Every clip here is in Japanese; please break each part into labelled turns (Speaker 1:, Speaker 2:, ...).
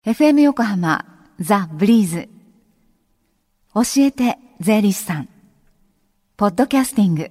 Speaker 1: FM 横浜ザ・ブリーズ教えて税理士さんポッドキャスティング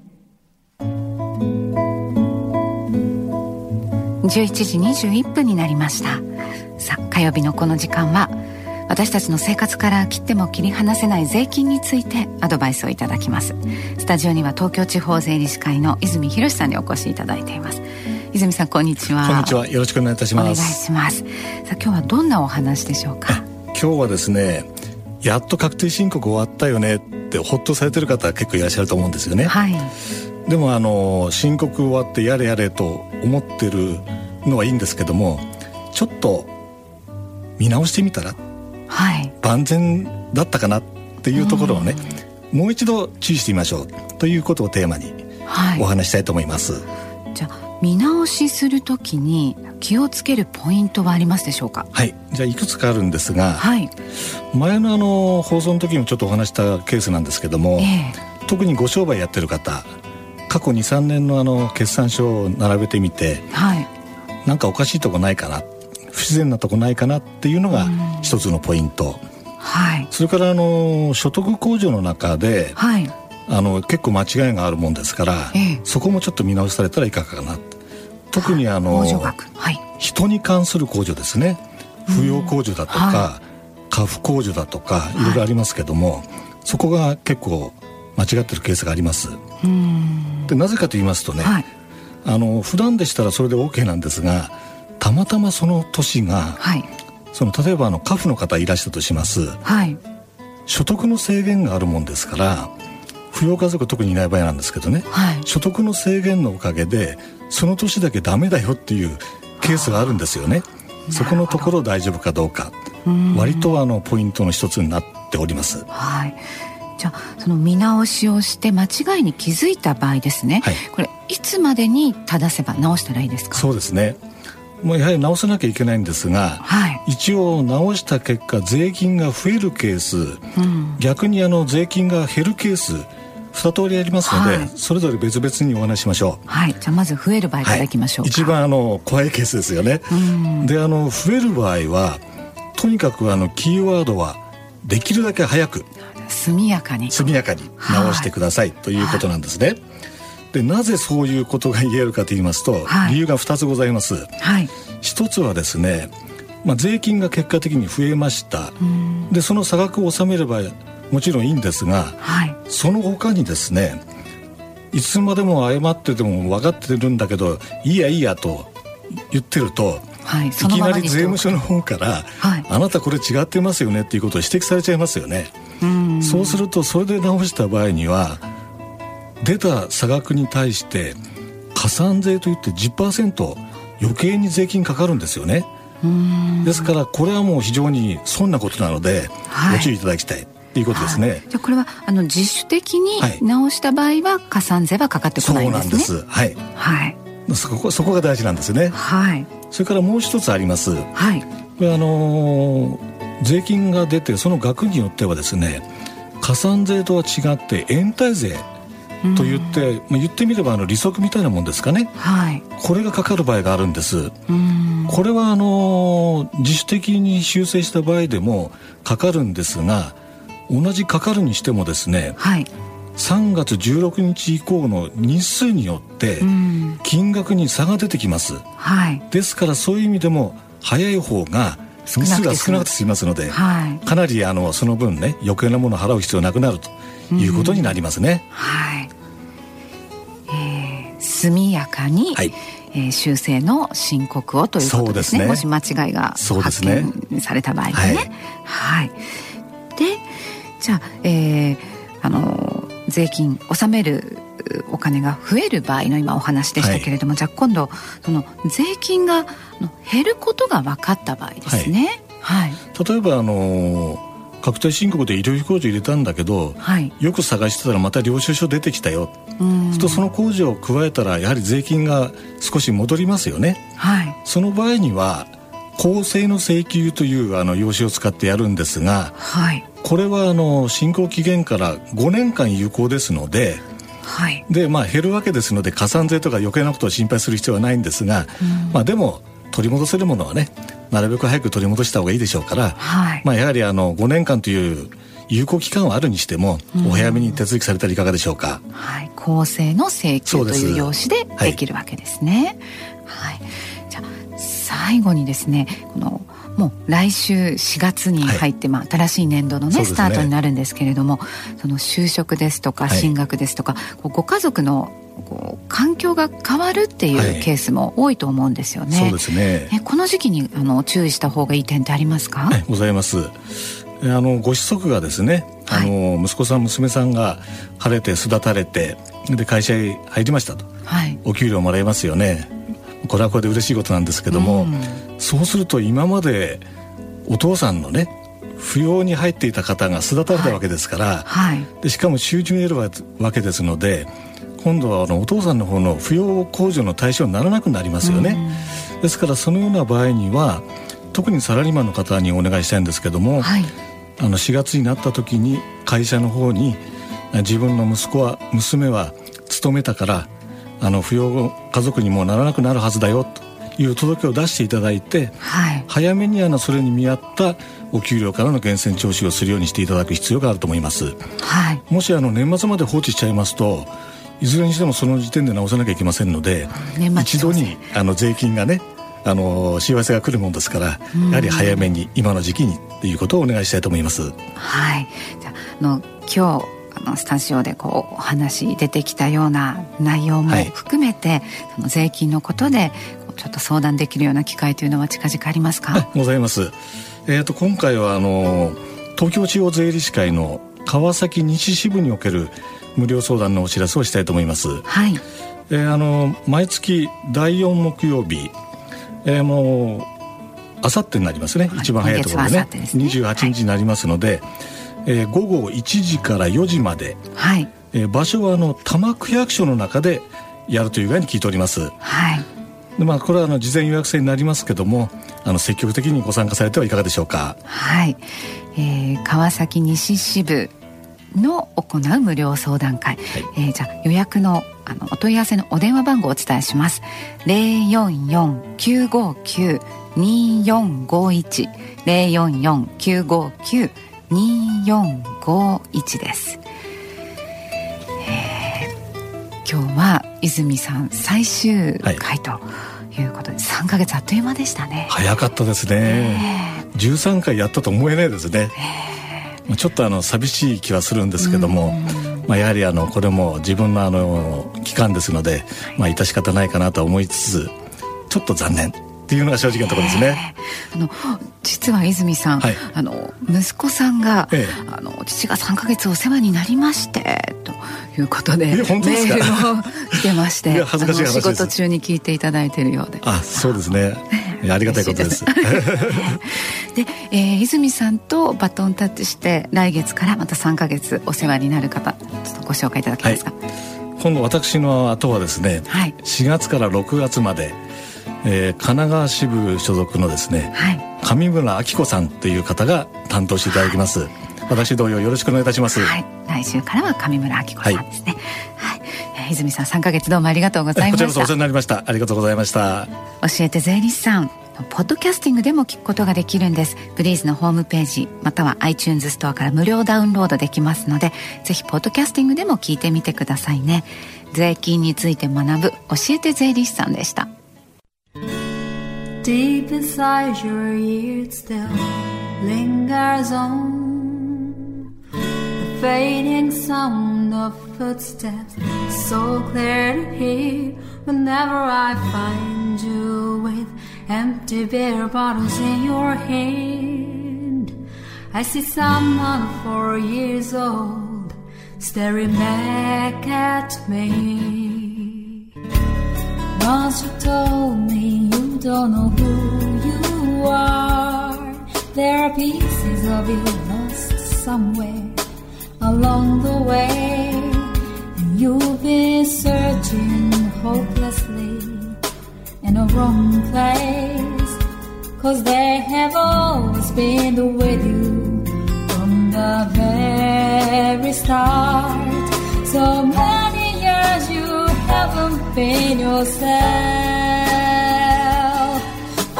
Speaker 1: 11時21分になりました。さあ、火曜日のこの時間は私たちの生活から切っても切り離せない税金についてアドバイスをいただきます。スタジオには東京地方税理士会の泉博さんにお越しいただいています。泉さん、こんにちは。
Speaker 2: こんにちは、よろしくお願いいたします。
Speaker 1: お願いします。さあ、今日はどんなお話でしょうか。
Speaker 2: 今日はですね、やっと確定申告終わったよねってほっとされてる方結構いらっしゃると思うんですよね。
Speaker 1: はい。
Speaker 2: でも申告終わってやれやれと思ってるのはいいんですけども、ちょっと見直してみたら、はい、万全だったかなっていうところをね、もう一度注意してみましょうということをテーマにお話したいと思います。
Speaker 1: じゃあ見直しするときに気をつけるポイントはありますでしょうか。
Speaker 2: はい、じゃあいくつかあるんですが、
Speaker 1: はい、
Speaker 2: 前の放送の時にもちょっとお話したケースなんですけども、特にご商売やってる方、過去 2,3 年の決算書を並べてみて、はい、なんかおかしいとこないかな、不自然なとこないかなっていうのが一つのポイント、はい、それから所得控除の中で、はい、結構間違いがあるもんですから、そこもちょっと見直されたらいかがかな。特に控除額、はい、人に関する控除ですね。扶養控除だとか、はい、家父控除だとかいろいろありますけども、はい、そこが結構間違ってるケースがあります。で、なぜかと言いますとね、はい、普段でしたらそれで OK なんですが、たまたまその年が、はい、例えば家父の方いらっしゃるとします、はい、所得の制限があるもんですから、扶養家族特にいない場合なんですけどね、はい、所得の制限のおかげでその年だけダメだよっていうケースがあるんですよね。そこのところ大丈夫かどうか、割とポイントの一つになっております。はい。
Speaker 1: じゃあその見直しをして間違いに気づいた場合ですね、はい、これいつまでに正せば直したらいいですか。
Speaker 2: そうですね、もうやはり直さなきゃいけないんですが、はい、一応直した結果税金が増えるケース、逆に税金が減るケース2通りありますので、はい、それぞれ別々にお話しましょう。はい、
Speaker 1: じゃあまず増える場合からいきましょうか。
Speaker 2: 一番怖いケースですよね。で、増える場合はとにかくキーワードはできるだけ早く
Speaker 1: 速やかに
Speaker 2: 直してください、ということなんですね。はい、で、なぜそういうことが言えるかと言いますと、はい、理由が2つございます。はい、一つはですね、税金が結果的に増えました。で、その差額を納めればもちろんいいんですが、はい、その他にですね、いつまでも謝ってても分かってるんだけどいいやいいやと言ってると、はい、いきなり税務署の方から、はい、あなたこれ違ってますよねっていうことを指摘されちゃいますよね。そうするとそれで直した場合には出た差額に対して加算税といって 10% 余計に税金かかるんですよね。ですからこれはもう非常に損なことなので、はい、ご注意いただきたいということですね。はい、
Speaker 1: じゃあこれは自主的に直した場合は加算税はかかってこないんですね。
Speaker 2: そうなんです。はい、はい、そこが大事なんですね。はい、それからもう一つあります。はい、これ税金が出てその額によってはですね、加算税とは違って延滞税と言ってみれば利息みたいなもんですかね。はい、これがかかる場合があるんです。これは自主的に修正した場合でもかかるんですが、同じかかるにしてもですね、はい、3月16日以降の日数によって金額に差が出てきます。はい、ですからそういう意味でも早い方が日数が少なくて済みますので、はい、かなりその分ね、余計なものを払う必要なくなるということになりますね。はい、
Speaker 1: 速やかに、はい、修正の申告をということですね。もし間違いが発見された場合にね。はい、はい、で、じゃあ、税金納めるお金が増える場合の今お話でしたけれども、はい、じゃあ今度その税金が減ることが分かった場合ですね。はいはい、例えば
Speaker 2: 確定申告で医療費控除入れたんだけど、はい、よく探してたらまた領収書出てきたよ。その控除を加えたらやはり税金が少し戻りますよね。はい、その場合には公正の請求という用紙を使ってやるんですが、はい、これは申告期限から5年間有効ですので、はい、で減るわけですので加算税とか余計なことを心配する必要はないんですが、でも取り戻せるものはねなるべく早く取り戻した方がいいでしょうから、はい、やはり5年間という有効期間はあるにしても、お早めに手続きされたらいかがでしょうか。
Speaker 1: はい、公正の請求という用紙でできるわけですね。はい、じゃあ最後にですね、もう来週4月に入って、新しい年度のねスタートになるんですけれども、その就職ですとか進学ですとか、ご家族の環境が変わるっていうケースも多いと思うんですよね。
Speaker 2: そうですね。
Speaker 1: この時期に注意した方がいい点ってありますか？
Speaker 2: ございます。ご子息がですね、息子さん娘さんが晴れて巣立たれてで会社へ入りましたと、お給料もらえますよね。これはこれで嬉しいことなんですけども、そうすると今までお父さんのね扶養に入っていた方が巣立たれたわけですから、でしかも収入を得るわけですので、今度はお父さんの方の扶養控除の対象にならなくなりますよね。ですからそのような場合には特にサラリーマンの方にお願いしたいんですけども、4月になった時に会社の方に自分の息子は娘は勤めたから扶養家族にもならなくなるはずだよという届けを出していただいて、早めにそれに見合ったお給料からの源泉徴収をするようにしていただく必要があると思います。もし年末まで放置しちゃいますと、いずれにしてもその時点で直さなきゃいけませんので、一度に税金がねしわせが来るものですから、やはり早めに今の時期にということをお願いしたいと思います。
Speaker 1: じゃあ今日スタジオでお話出てきたような内容も含めて、その税金のことでちょっと相談できるような機会というのは近々ありますか？
Speaker 2: ございます。今回は東京地方税理士会の川崎西支部における無料相談のお知らせをしたいと思います。毎月第4木曜日、もうあさってになりますね、一番早いところでね、28日になりますので、午後1時から4時まで、場所は多摩区役所の中でやるという具合に聞いております。でこれは事前予約制になりますけども、積極的にご参加されてはいかがでしょうか？
Speaker 1: 川崎西支部の行う無料相談会、じゃあ予約のお問い合わせのお電話番号をお伝えします。 044-959-2451 044-959-2451 です。今日は泉さん最終回ということで、3ヶ月あっという間でしたね。
Speaker 2: 早かったですね。13回やったと思えないですね。ちょっと寂しい気はするんですけども、やはりこれも自分の期間ですので、致し方ないかなと思いつつ、ちょっと残念っていうのが正直なところですね。
Speaker 1: 実は泉さん、息子さんが、父が3ヶ月お世話になりましてということでメールを来てまして、
Speaker 2: 恥ずかしい話です。
Speaker 1: 仕事中に聞いていただいているようで。
Speaker 2: そうですね。ありがたいことです。
Speaker 1: で、泉さんとバトンタッチして来月からまた3ヶ月お世話になる方、ちょっとご紹介いただけますか？
Speaker 2: 今度私の後はですね、4月から6月まで、神奈川支部所属のですね、上村明子さんという方が担当していただきます。私同様よろしくお願いいたします。
Speaker 1: 来週からは上村明子さんですね。泉さん、3ヶ月どうもありがとうございました。
Speaker 2: こちらこそお世話になりました。ありがとうございました。
Speaker 1: 教えて税理士さん、ポッドキャスティングでも聞くことができるんです。ブリーズのホームページまたは iTunes ストアから無料ダウンロードできますので、ぜひポッドキャスティングでも聞いてみてくださいね。税金について学ぶ教えて税理士さんでした。
Speaker 3: Deep inside your ears still lingers on the fading sound of footsteps, so clear to hear whenever I find you with empty beer bottles in your hand. I see someone 4 years old staring back at me. Once you told me you don't know who you are. There are pieces of you lost somewhere along the way, and you've been searching hopelessly in a wrong place, 'cause they have always been with you from the very start. So many years you haven't been yourself.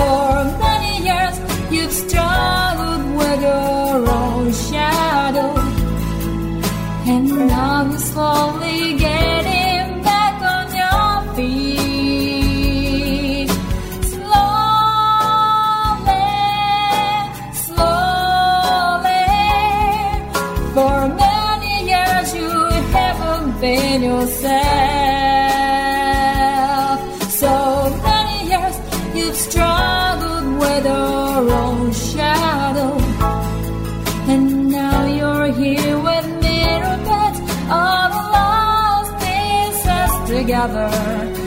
Speaker 3: yourself. So many years you've struggled with your own shadow, and now you're here with me to put all the lost pieces together.